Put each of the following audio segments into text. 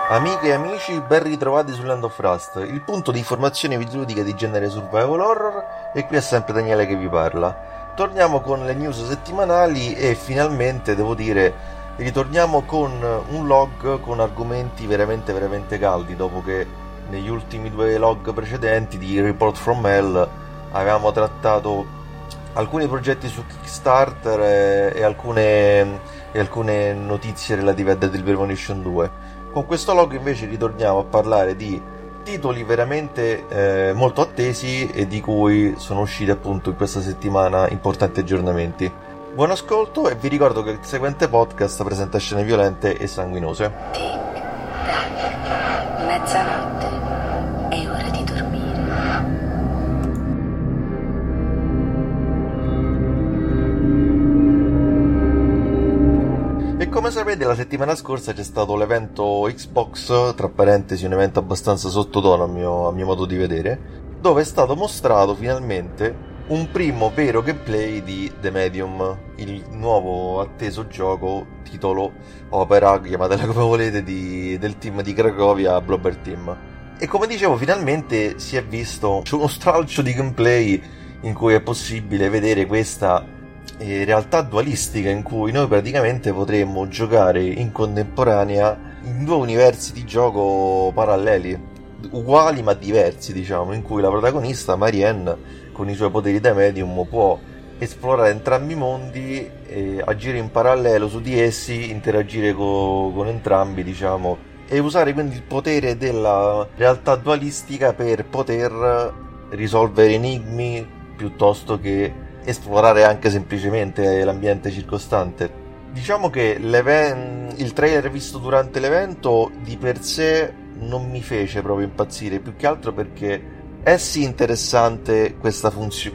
Amiche e amici, ben ritrovati su Land of Rust, il punto di informazione videoludica di genere survival horror, e qui è sempre Daniele che vi parla. Torniamo con le news settimanali e finalmente, devo dire, ritorniamo con un log con argomenti veramente caldi, dopo che negli ultimi due log precedenti di Report from Hell avevamo trattato alcuni progetti su Kickstarter e alcune notizie relative a Deadly Premonition 2. Con questo log invece ritorniamo a parlare di titoli veramente molto attesi e di cui sono usciti appunto in questa settimana importanti aggiornamenti. Buon ascolto e vi ricordo che il seguente podcast presenta scene violente e sanguinose. Tic, tac, mezzanotte, è ora di dormire. E come sapete, la settimana scorsa c'è stato l'evento Xbox, tra parentesi un evento abbastanza sottotono a mio modo di vedere, dove è stato mostrato finalmente un primo vero gameplay di The Medium, il nuovo atteso gioco, titolo, opera, chiamatela come volete, del team di Cracovia, Blobber Team. E come dicevo, finalmente si è visto uno stralcio di gameplay in cui è possibile vedere questa realtà dualistica in cui noi praticamente potremmo giocare in contemporanea in due universi di gioco paralleli, uguali ma diversi, diciamo, in cui la protagonista Marianne con i suoi poteri da medium può esplorare entrambi i mondi, agire in parallelo su di essi, interagire con entrambi, diciamo, e usare quindi il potere della realtà dualistica per poter risolvere enigmi piuttosto che esplorare anche semplicemente l'ambiente circostante. Diciamo che il trailer visto durante l'evento di per sé non mi fece proprio impazzire, più che altro perché è sì interessante questa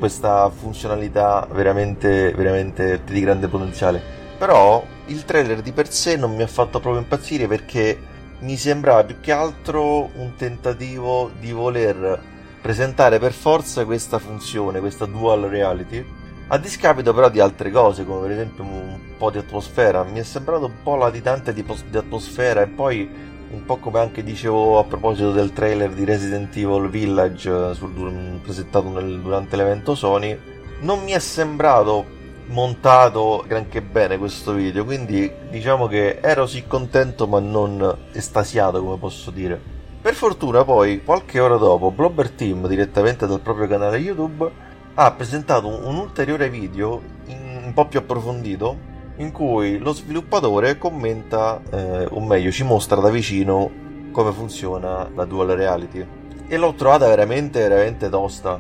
funzionalità veramente di grande potenziale, però il trailer di per sé non mi ha fatto proprio impazzire perché mi sembrava più che altro un tentativo di voler presentare per forza questa funzione, questa dual reality, a discapito però di altre cose, come per esempio un po' di atmosfera. Mi è sembrato un po' latitante di atmosfera, e poi un po' come anche dicevo a proposito del trailer di Resident Evil Village presentato durante l'evento Sony, non mi è sembrato montato granché bene questo video, quindi diciamo che ero sì contento ma non estasiato, come posso dire. Per fortuna poi, qualche ora dopo, Blobber Team, direttamente dal proprio canale YouTube, ha presentato un ulteriore video un po' più approfondito in cui lo sviluppatore commenta, o meglio ci mostra da vicino come funziona la dual reality, e l'ho trovata veramente tosta,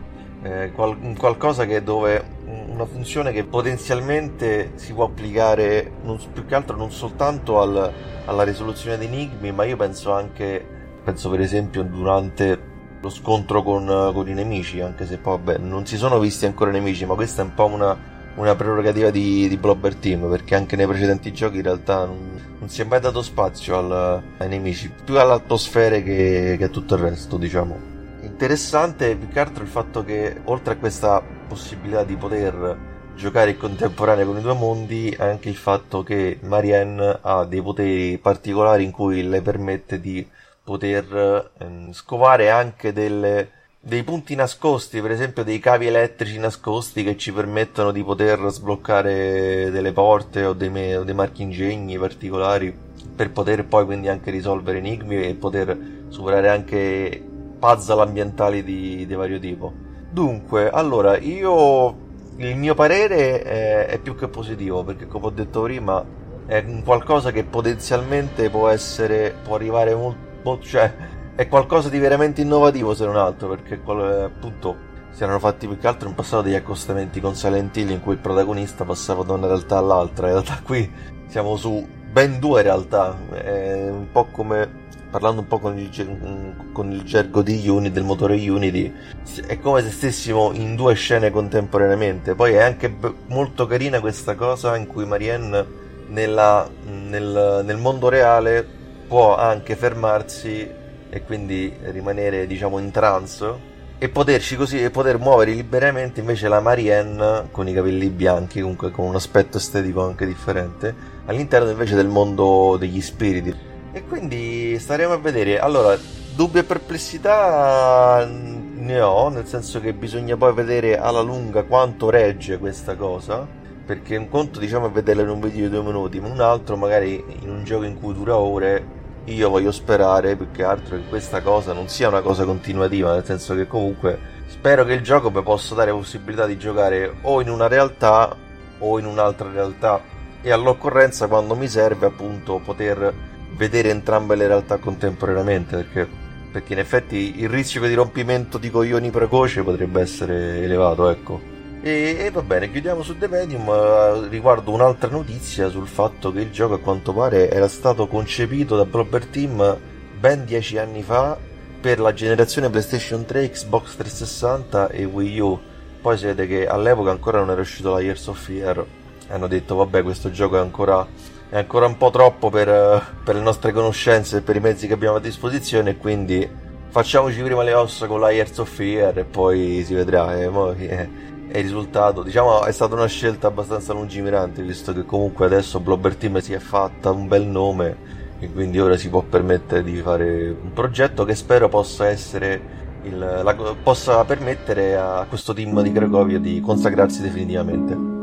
qualcosa una funzione che potenzialmente si può applicare più che altro non soltanto alla risoluzione di enigmi, ma io penso per esempio durante lo scontro con i nemici, anche se poi vabbè, non si sono visti ancora i nemici, ma questa è un po' una prerogativa di Blobber Team, perché anche nei precedenti giochi in realtà non si è mai dato spazio ai nemici, più alle atmosfere che a tutto il resto, diciamo. Interessante più che altro il fatto che, oltre a questa possibilità di poter giocare in contemporanea con i due mondi, anche il fatto che Marianne ha dei poteri particolari in cui le permette di poter scovare anche dei punti nascosti, per esempio dei cavi elettrici nascosti che ci permettono di poter sbloccare delle porte o dei marchingegni particolari, per poter poi quindi anche risolvere enigmi e poter superare anche puzzle ambientali di vario tipo. Dunque, allora, il mio parere è più che positivo, perché come ho detto prima è un qualcosa che potenzialmente può arrivare cioè è qualcosa di veramente innovativo, se non altro, perché appunto si erano fatti più che altro in passato degli accostamenti con Silent Hill in cui il protagonista passava da una realtà all'altra. In realtà qui siamo su ben due realtà, è un po' come, parlando un po' con il gergo di Unity, del motore Unity, è come se stessimo in due scene contemporaneamente. Poi è anche molto carina questa cosa in cui Marianne nel mondo reale può anche fermarsi e quindi rimanere, diciamo, in trance e poter muovere liberamente. Invece la Marianne con i capelli bianchi, comunque con un aspetto estetico anche differente, all'interno invece del mondo degli spiriti. E quindi staremo a vedere. Allora, dubbi e perplessità ne ho, nel senso che bisogna poi vedere alla lunga quanto regge questa cosa, perché un conto diciamo è vederla in un video di 2 minuti, ma un altro magari in un gioco in cui dura ore. Io voglio sperare più che altro che questa cosa non sia una cosa continuativa, nel senso che comunque spero che il gioco mi possa dare la possibilità di giocare o in una realtà o in un'altra realtà, e all'occorrenza quando mi serve appunto poter vedere entrambe le realtà contemporaneamente, perché in effetti il rischio di rompimento di coglioni precoce potrebbe essere elevato, ecco. E va bene, chiudiamo su The Medium. Riguardo un'altra notizia sul fatto che il gioco a quanto pare era stato concepito da Blobber Team ben 10 anni fa per la generazione PlayStation 3, Xbox 360 e Wii U. Poi si vede che all'epoca ancora non era uscito la Years of Fear. Hanno detto vabbè, questo gioco è ancora un po' troppo per le nostre conoscenze e per i mezzi che abbiamo a disposizione, e quindi facciamoci prima le ossa con la Years of Fear e poi si vedrà. E il risultato, diciamo, è stata una scelta abbastanza lungimirante, visto che comunque adesso Blobber Team si è fatta un bel nome e quindi ora si può permettere di fare un progetto che spero possa essere possa permettere a questo team di Cracovia di consacrarsi definitivamente.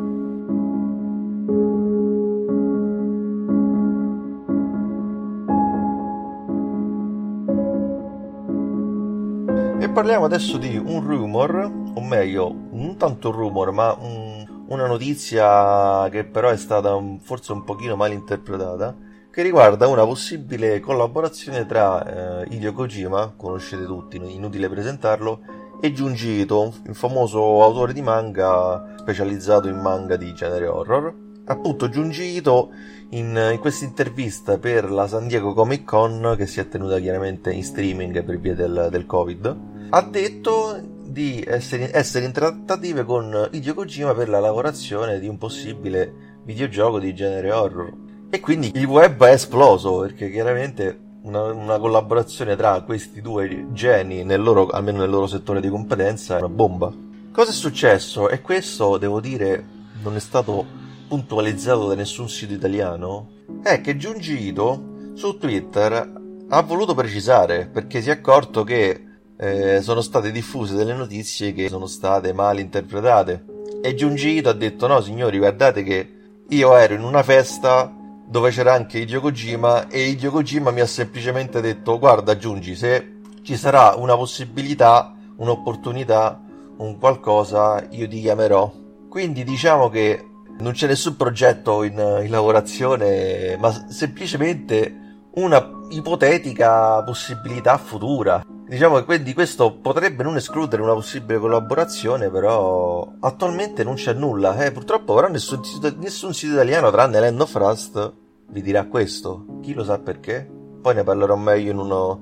E parliamo adesso di un rumor, o meglio, non tanto un rumor, ma una notizia che però è stata forse un pochino mal interpretata, che riguarda una possibile collaborazione tra Hideo Kojima, conoscete tutti, inutile presentarlo, e Junji Ito, il famoso autore di manga specializzato in manga di genere horror. Appunto, Junji Ito in questa intervista per la San Diego Comic Con, che si è tenuta chiaramente in streaming per via del Covid, ha detto di essere in trattative con Hideo Kojima per la lavorazione di un possibile videogioco di genere horror. E quindi il web è esploso, perché chiaramente una collaborazione tra questi due geni, almeno nel loro settore di competenza, è una bomba. Cosa è successo? E questo, devo dire, non è stato puntualizzato da nessun sito italiano, è che Junji Ito su Twitter ha voluto precisare, perché si è accorto che sono state diffuse delle notizie che sono state mal interpretate, e Junji Ito ha detto: no signori, guardate che io ero in una festa dove c'era anche Hideo Kojima e Hideo Kojima mi ha semplicemente detto: guarda Junji, se ci sarà una possibilità, un'opportunità, un qualcosa, io ti chiamerò. Quindi diciamo che non c'è nessun progetto in lavorazione, ma semplicemente una ipotetica possibilità futura. Diciamo che quindi questo potrebbe non escludere una possibile collaborazione, però attualmente non c'è nulla. Purtroppo però nessun sito italiano, tranne Land of Rust, vi dirà questo. Chi lo sa perché? Poi ne parlerò meglio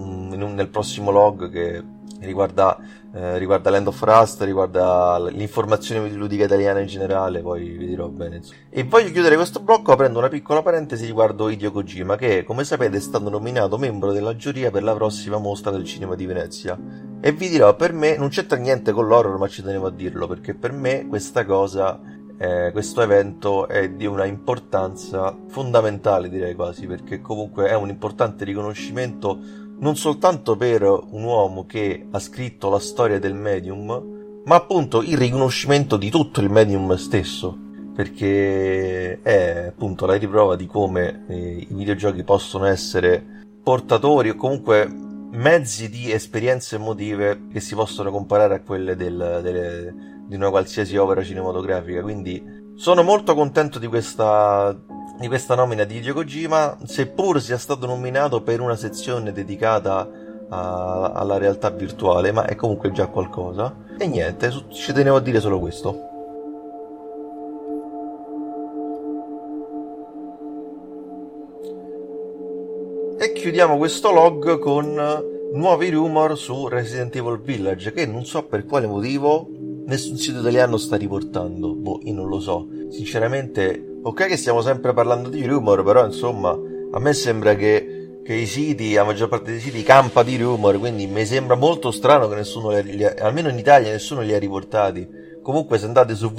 nel prossimo log che riguarda Land of Rust, riguarda l'informazione ludica italiana in generale, poi vi dirò bene. E voglio chiudere questo blocco aprendo una piccola parentesi riguardo Hideo Kojima, che come sapete è stato nominato membro della giuria per la prossima mostra del cinema di Venezia. E vi dirò, per me non c'entra niente con l'horror, ma ci tenevo a dirlo, perché per me questa cosa, questo evento è di una importanza fondamentale, direi quasi, perché comunque è un importante riconoscimento non soltanto per un uomo che ha scritto la storia del medium, ma appunto il riconoscimento di tutto il medium stesso, perché è appunto la riprova di come i videogiochi possono essere portatori o comunque mezzi di esperienze emotive che si possono comparare a quelle di una qualsiasi opera cinematografica. Quindi sono molto contento di questa nomina di Hideo Kojima, seppur sia stato nominato per una sezione dedicata alla realtà virtuale, ma è comunque già qualcosa. E niente, ci tenevo a dire solo questo. E chiudiamo questo log con nuovi rumor su Resident Evil Village, che non so per quale motivo nessun sito italiano sta riportando. Io non lo so, sinceramente. Ok che stiamo sempre parlando di rumor, però insomma a me sembra che i siti, la maggior parte dei siti campa di rumor, quindi mi sembra molto strano che nessuno almeno in Italia nessuno li ha riportati. Comunque se andate su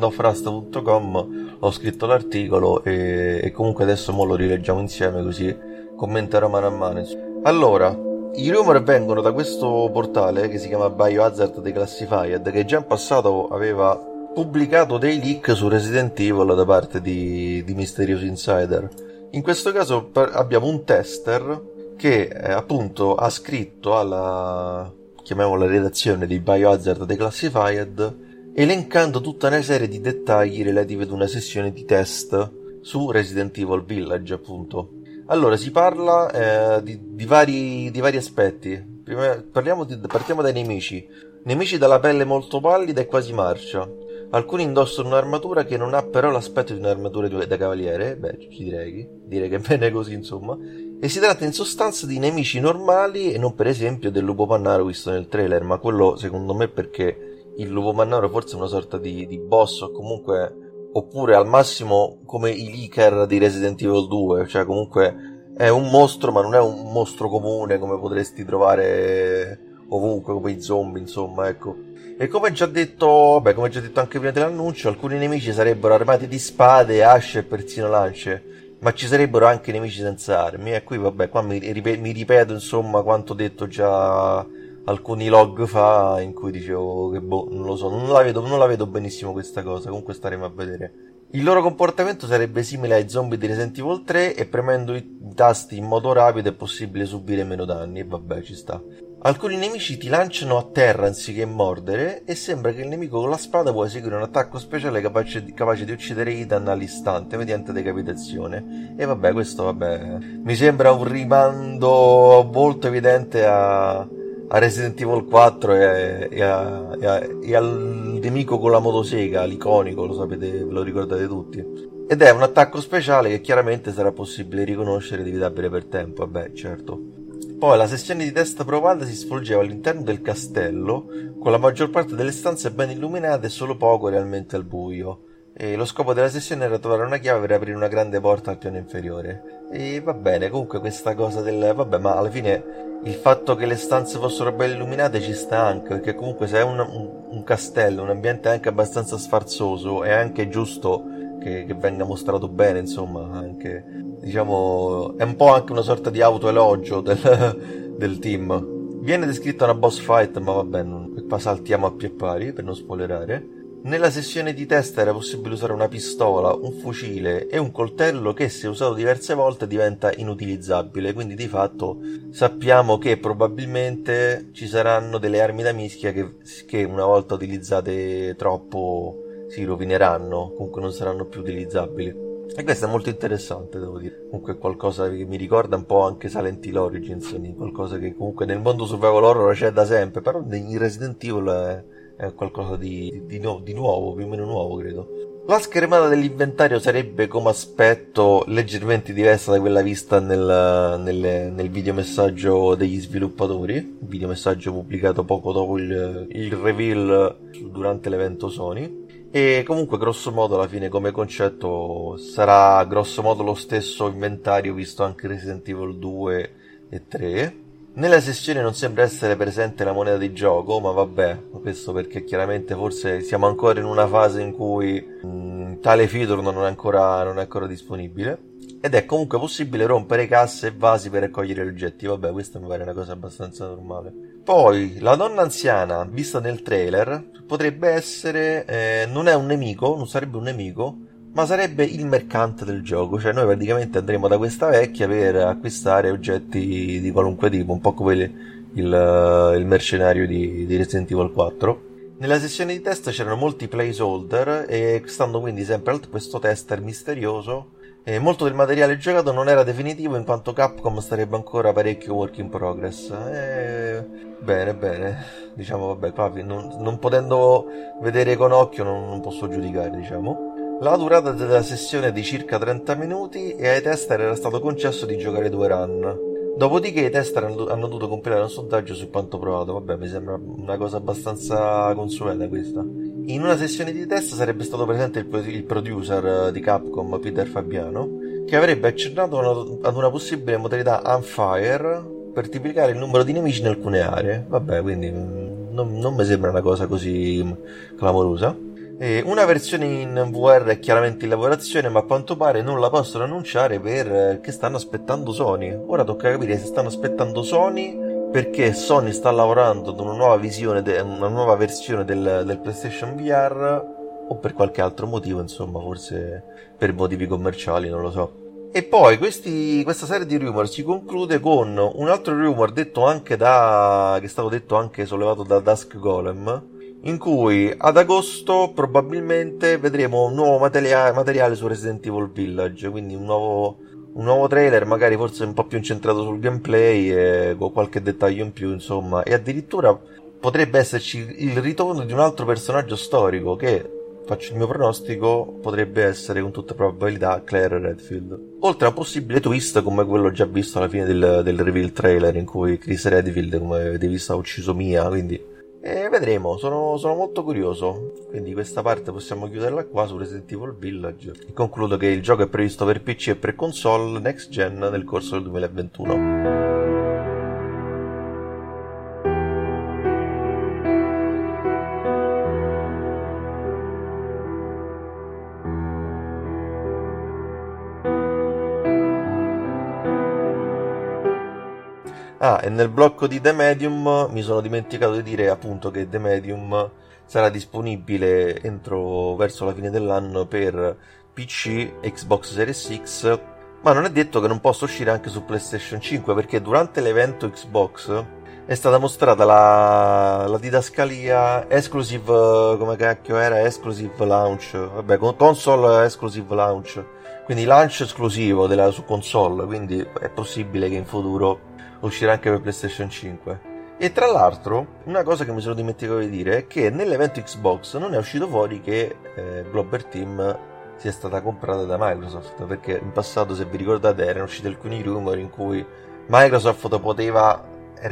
www.landofrust.com ho scritto l'articolo e comunque adesso mo lo rileggiamo insieme, così commenterò mano a mano. Allora, i rumor vengono da questo portale che si chiama Biohazard Declassified, che già in passato aveva pubblicato dei leak su Resident Evil da parte di Mysterious Insider. In questo caso abbiamo un tester che appunto ha scritto alla, chiamiamola, redazione di Biohazard Declassified, elencando tutta una serie di dettagli relativi ad una sessione di test su Resident Evil Village, appunto. Allora, si parla di vari aspetti. Partiamo dai nemici. Nemici dalla pelle molto pallida e quasi marcia. Alcuni indossano un'armatura che non ha però l'aspetto di un'armatura da cavaliere. Beh, direi che è bene così, insomma. E si tratta in sostanza di nemici normali e non per esempio del lupo mannaro visto nel trailer, ma quello secondo me perché il lupo mannaro forse è una sorta di boss o comunque, oppure al massimo come i leaker di Resident Evil 2, cioè comunque è un mostro ma non è un mostro comune come potresti trovare ovunque, come i zombie, insomma, ecco. E come già detto anche prima dell'annuncio, alcuni nemici sarebbero armati di spade, asce e persino lance, ma ci sarebbero anche nemici senza armi. E qui qua mi ripeto insomma quanto detto già alcuni log fa, in cui dicevo che non lo so, non la vedo benissimo questa cosa. Comunque staremo a vedere. Il loro comportamento sarebbe simile ai zombie di Resident Evil 3 e premendo i tasti in modo rapido è possibile subire meno danni, e vabbè, ci sta. Alcuni nemici ti lanciano a terra anziché mordere e sembra che il nemico con la spada può eseguire un attacco speciale capace di uccidere Ethan all'istante mediante decapitazione. E questo mi sembra un rimando molto evidente a Resident Evil 4 e al nemico con la motosega, l'iconico, lo sapete, ve lo ricordate tutti. Ed è un attacco speciale che chiaramente sarà possibile riconoscere ed evitabile per tempo, certo. Poi la sessione di test provata si svolgeva all'interno del castello, con la maggior parte delle stanze ben illuminate e solo poco realmente al buio. E lo scopo della sessione era trovare una chiave per aprire una grande porta al piano inferiore. E va bene, comunque questa cosa ma alla fine il fatto che le stanze fossero ben illuminate ci sta anche, perché comunque se è un castello, un ambiente anche abbastanza sfarzoso, è anche giusto che venga mostrato bene, insomma, anche, diciamo, è un po' anche una sorta di autoelogio del team. Viene descritta una boss fight, ma qua saltiamo a pie pari per non spoilerare. Nella sessione di test era possibile usare una pistola, un fucile e un coltello che, se usato diverse volte, diventa inutilizzabile, quindi di fatto sappiamo che probabilmente ci saranno delle armi da mischia che una volta utilizzate troppo si rovineranno, comunque non saranno più utilizzabili. E questo è molto interessante, devo dire. Comunque è qualcosa che mi ricorda un po' anche Silent Hill Origins, qualcosa che comunque nel mondo survival horror c'è da sempre, però in Resident Evil è qualcosa di nuovo, più o meno nuovo, credo. La schermata dell'inventario sarebbe come aspetto leggermente diversa da quella vista nel videomessaggio degli sviluppatori, videomessaggio pubblicato poco dopo il reveal durante l'evento Sony. E comunque grosso modo alla fine come concetto sarà grosso modo lo stesso inventario visto anche Resident Evil 2 e 3. Nella sessione non sembra essere presente la moneta di gioco, ma questo perché chiaramente forse siamo ancora in una fase in cui tale feature non è ancora disponibile. Ed è comunque possibile rompere casse e vasi per raccogliere gli oggetti. Questa mi pare una cosa abbastanza normale. Poi, la donna anziana, vista nel trailer, potrebbe essere... non è un nemico, non sarebbe un nemico, ma sarebbe il mercante del gioco. Cioè noi praticamente andremo da questa vecchia per acquistare oggetti di qualunque tipo, un po' come il mercenario di Resident Evil 4. Nella sessione di test c'erano molti placeholder e stando quindi sempre a questo tester misterioso, molto del materiale giocato non era definitivo in quanto Capcom starebbe ancora parecchio work in progress. Bene, diciamo qua non potendo vedere con occhio non posso giudicare, diciamo. La durata della sessione è di circa 30 minuti e ai tester era stato concesso di giocare 2 run. Dopodiché i tester hanno dovuto compilare un sondaggio su quanto provato. Mi sembra una cosa abbastanza consueta questa. In una sessione di test sarebbe stato presente il producer di Capcom, Peter Fabiano, che avrebbe accennato ad una possibile modalità Unfire per triplicare il numero di nemici in alcune aree. Quindi non mi sembra una cosa così clamorosa. Una versione in VR è chiaramente in lavorazione, ma a quanto pare non la possono annunciare perché stanno aspettando Sony. Ora tocca capire se stanno aspettando Sony perché Sony sta lavorando ad una nuova visione, una nuova versione del PlayStation VR, o per qualche altro motivo, insomma, forse per motivi commerciali, non lo so. E poi questa serie di rumor si conclude con un altro rumor detto anche che è stato detto anche sollevato da Dusk Golem, in cui ad agosto probabilmente vedremo un nuovo materiale su Resident Evil Village, quindi un nuovo trailer, magari forse un po' più incentrato sul gameplay e con qualche dettaglio in più, insomma, e addirittura potrebbe esserci il ritorno di un altro personaggio storico che, faccio il mio pronostico, potrebbe essere con tutta probabilità Claire Redfield. Oltre a un possibile twist come quello già visto alla fine del reveal trailer, in cui Chris Redfield, come avete visto, ha ucciso Mia, quindi vedremo, sono molto curioso. Quindi questa parte possiamo chiuderla qua su Resident Evil Village. E concludo che il gioco è previsto per PC e per console next gen nel corso del 2021. Ah, e nel blocco di The Medium mi sono dimenticato di dire appunto che The Medium sarà disponibile verso la fine dell'anno per PC, Xbox Series X, ma non è detto che non possa uscire anche su PlayStation 5, perché durante l'evento Xbox è stata mostrata la didascalia exclusive, come cacchio era, exclusive launch, vabbè, console exclusive launch, quindi launch esclusivo su console, quindi è possibile che in futuro uscirà anche per PlayStation 5. E tra l'altro, una cosa che mi sono dimenticato di dire è che nell'evento Xbox non è uscito fuori che Blobber Team sia stata comprata da Microsoft, perché in passato, se vi ricordate, erano usciti alcuni rumor in cui Microsoft poteva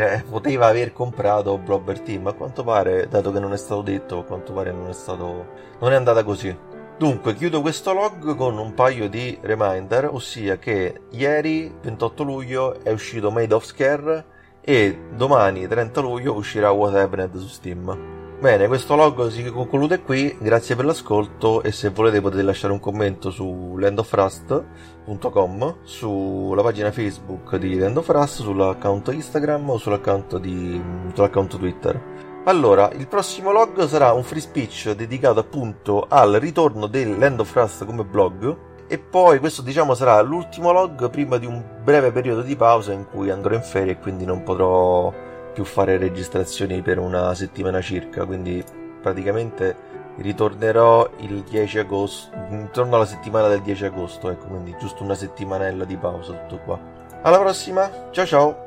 aver comprato Blobber Team. A quanto pare, dato che non è stato detto, a quanto pare non è andata così. Dunque, chiudo questo log con un paio di reminder, ossia che ieri, 28 luglio, è uscito Made of Scare e domani, 30 luglio, uscirà What Happened su Steam. Bene, questo log si conclude qui, grazie per l'ascolto e se volete potete lasciare un commento su landofrust.com, sulla pagina Facebook di Land of Rust, sull'account Instagram o sull'account Twitter. Allora, il prossimo log sarà un free speech dedicato appunto al ritorno del Land of Rust come blog e poi questo diciamo sarà l'ultimo log prima di un breve periodo di pausa in cui andrò in ferie e quindi non potrò più fare registrazioni per una settimana circa, quindi praticamente ritornerò il 10 agosto, intorno alla settimana del 10 agosto, ecco, quindi giusto una settimanella di pausa, tutto qua. Alla prossima, ciao ciao!